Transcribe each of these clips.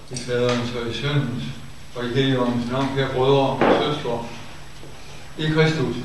I faderens og i søndens og i Helligåndens navn, kære brødre og søstre, i Kristus.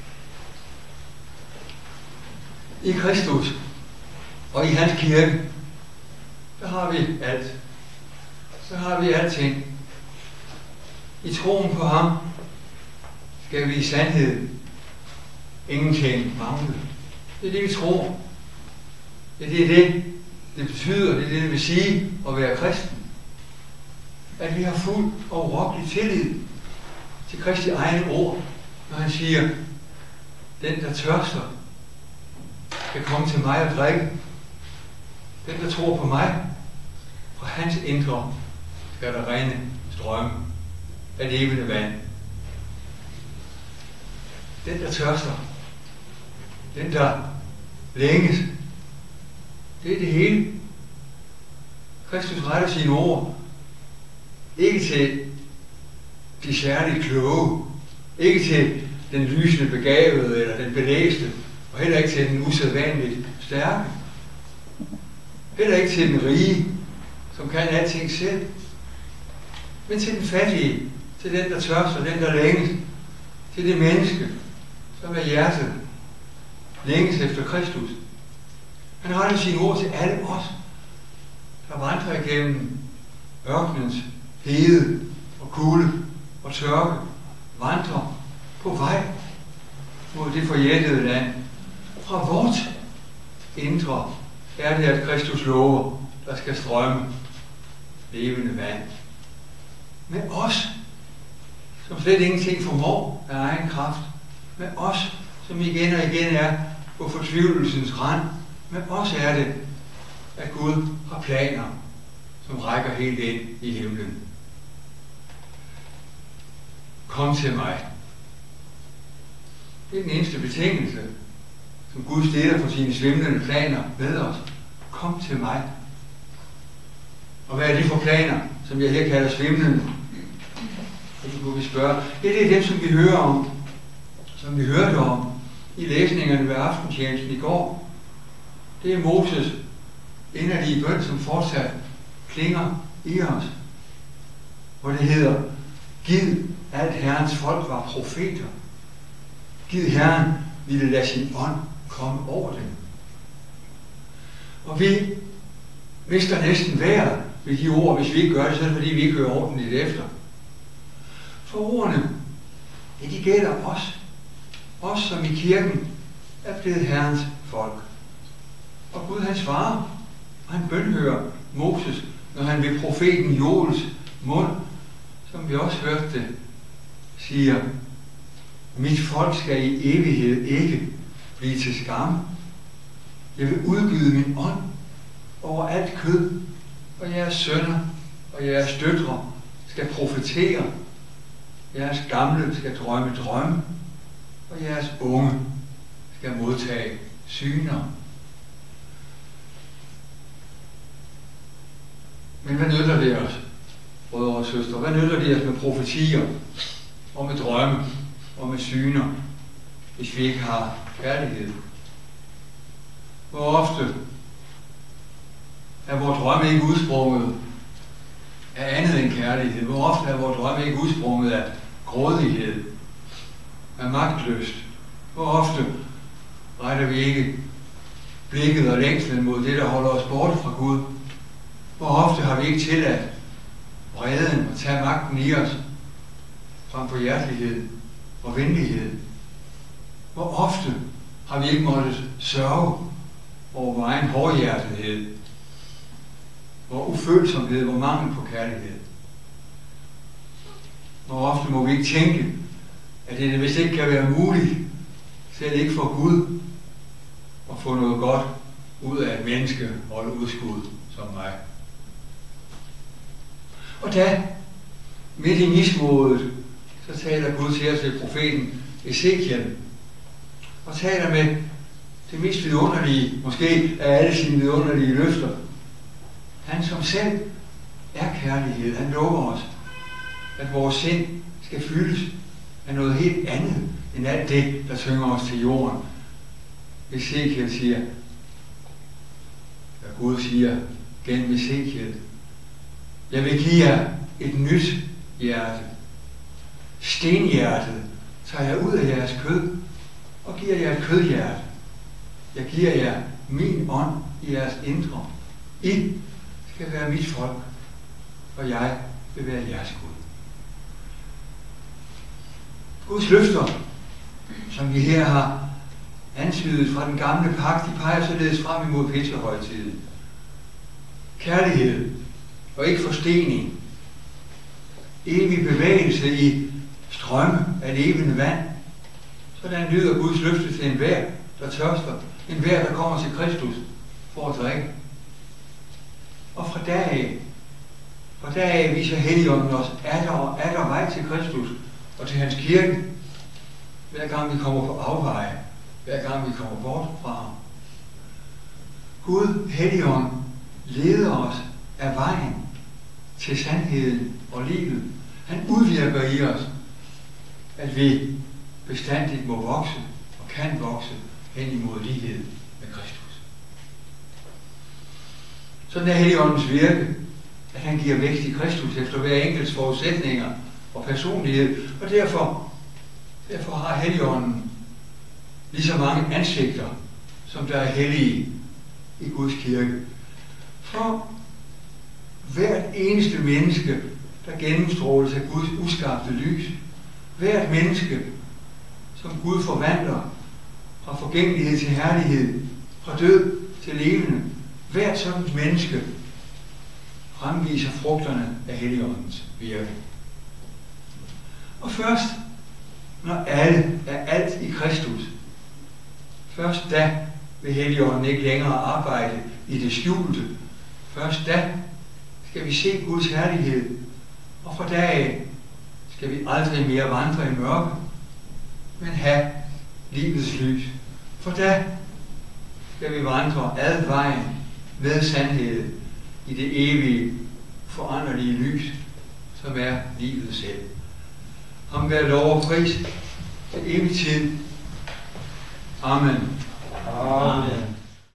I Kristus og i hans kirke, der har vi alt. Så har vi alting. I troen på ham skal vi i sandhed ingenting mangle. Det er det, vi tror. Det er det betyder, det er det vil sige at være kristen. At vi har fuld og urokkelig tillid til Kristi egne ord, når han siger, den der tørster, skal komme til mig og drikke. Den der tror på mig, fra hans indre skal der rene strømme af levende vand. Den der tørster, den der længes, det er det hele. Kristus retter sine ord ikke til de særligt kloge, ikke til den lysende begavede eller den belæste, og heller ikke til den usædvanligt stærke. Heller ikke til den rige, som kan alting selv, men til den fattige, til den der tørster, den der længes, til det menneske, som er hjertet længes efter Kristus. Han retter sine ord til alle os, der vandrer igennem ørkenens hede og kulde og tørke, vandrer på vej mod det forjættede land. Fra vort indre er det, at Kristus lover, der skal strømme levende vand. Med os, som slet ingenting formår af egen kraft. Med os, som igen og igen er på fortvivlelsens rand. Med os er det, at Gud har planer, som rækker helt ind i himlen. Kom til mig. Det er den eneste betingelse, som Gud stiller for sine svimlende planer med os. Kom til mig. Og hvad er det for planer, som jeg her kalder svimlende? Så kunne vi spørge. Ja, det er dem, som vi hører om, som vi hørte om i læsningerne ved aftentjenesten i går. Det er Moses inderlige bøn, som fortsat klinger i os. Hvor det hedder, giv alt Herrens folk var profeter. Giv Herren ville lade sin ånd komme over dem. Og vi mister næsten vejret ved de ord, hvis vi ikke gør det, så er det fordi vi ikke hører ordentligt efter. For ordene, ja, de gælder os. Os, som i kirken er blevet Herrens folk. Og Gud han svarer, og han bønhører Moses, når han ved profeten Joels mund, som vi også hørte det, siger, mit folk skal i evighed ikke blive til skam. Jeg vil udgyde min ånd over alt kød, og jeres sønner og jeres døtre skal profetere. Jeres gamle skal drømme drømme, og jeres unge skal modtage syner. Men hvad nytter det os, brødre og søstre? Hvad nytter det os med profetier, og med drømme, og med syner, hvis vi ikke har kærlighed? Hvor ofte er vores drømme ikke udsprunget af andet end kærlighed? Hvor ofte er vores drømme ikke udsprunget af grådighed, af magtlyst? Hvor ofte retter vi ikke blikket og længslen mod det, der holder os borte fra Gud? Hvor ofte har vi ikke tilladt vreden at tage magten i os frem for hjertelighed og venlighed? Hvor ofte har vi ikke måttet sørge over vores egen hårdhjertethed, hvor ufølsomhed, hvor mangel på kærlighed? Hvor ofte må vi ikke tænke, at det vist ikke kan være muligt, selv ikke for Gud, at få noget godt ud af et menneske og et udskud som mig. Og da, midt i mismodet, så taler Gud til os ved profeten Ezekiel, og taler med det mest vidunderlige, måske af alle sine vidunderlige løfter. Han som selv er kærlighed, han lover os, at vores sind skal fyldes af noget helt andet, end alt det, der tynger os til jorden. Ezekiel siger, at Gud siger gennem Ezekiel, Jeg vil give jer et nyt hjerte. Stenhjertet tager jeg ud af jeres kød og giver jer et kødhjerte. Jeg giver jer min ånd i jeres indre. I skal være mit folk, og jeg vil være jeres Gud. Guds løfter, som vi her har antydet fra den gamle pagt, de peger således frem imod Pinsehøjtiden. Kærlighed og ikke forstening. Evig bevægelse i strømme af levende vand. Sådan lyder Guds løfte til enhver, der tørster. Enhver, der kommer til Kristus for at drikke. Og fra dag af viser Helligånden os atter vej til Kristus og til hans kirke. Hver gang vi kommer på afveje. Hver gang vi kommer bort fra ham. Gud, Helligånd, leder os af vejen til sandheden og livet. Han udvirker i os, at vi bestandigt må vokse og kan vokse hen imod lighed med Kristus. Sådan er Helligåndens virke, at han giver vækst i Kristus efter hver enkelts forudsætninger og personlighed, og derfor har Helligånden lige så mange ansigter, som der er hellige i Guds kirke. For hvert eneste menneske, der gennemstråles af Guds uskabte lys, hvert menneske, som Gud forvandler fra forgængelighed til herlighed, fra død til levende, hvert sådan menneske fremviser frugterne af Helligåndens virke. Og først, når alle er alt i Kristus, først da vil Helligånden ikke længere arbejde i det skjulte. Først da skal vi se Guds herlighed, og fra dag af skal vi aldrig mere vandre i mørke, men have livets lys. For da skal vi vandre ad vejen med sandhed i det evige, foranderlige lys, som er livet selv. Ham være lov og pris til evig tid. Amen. Amen.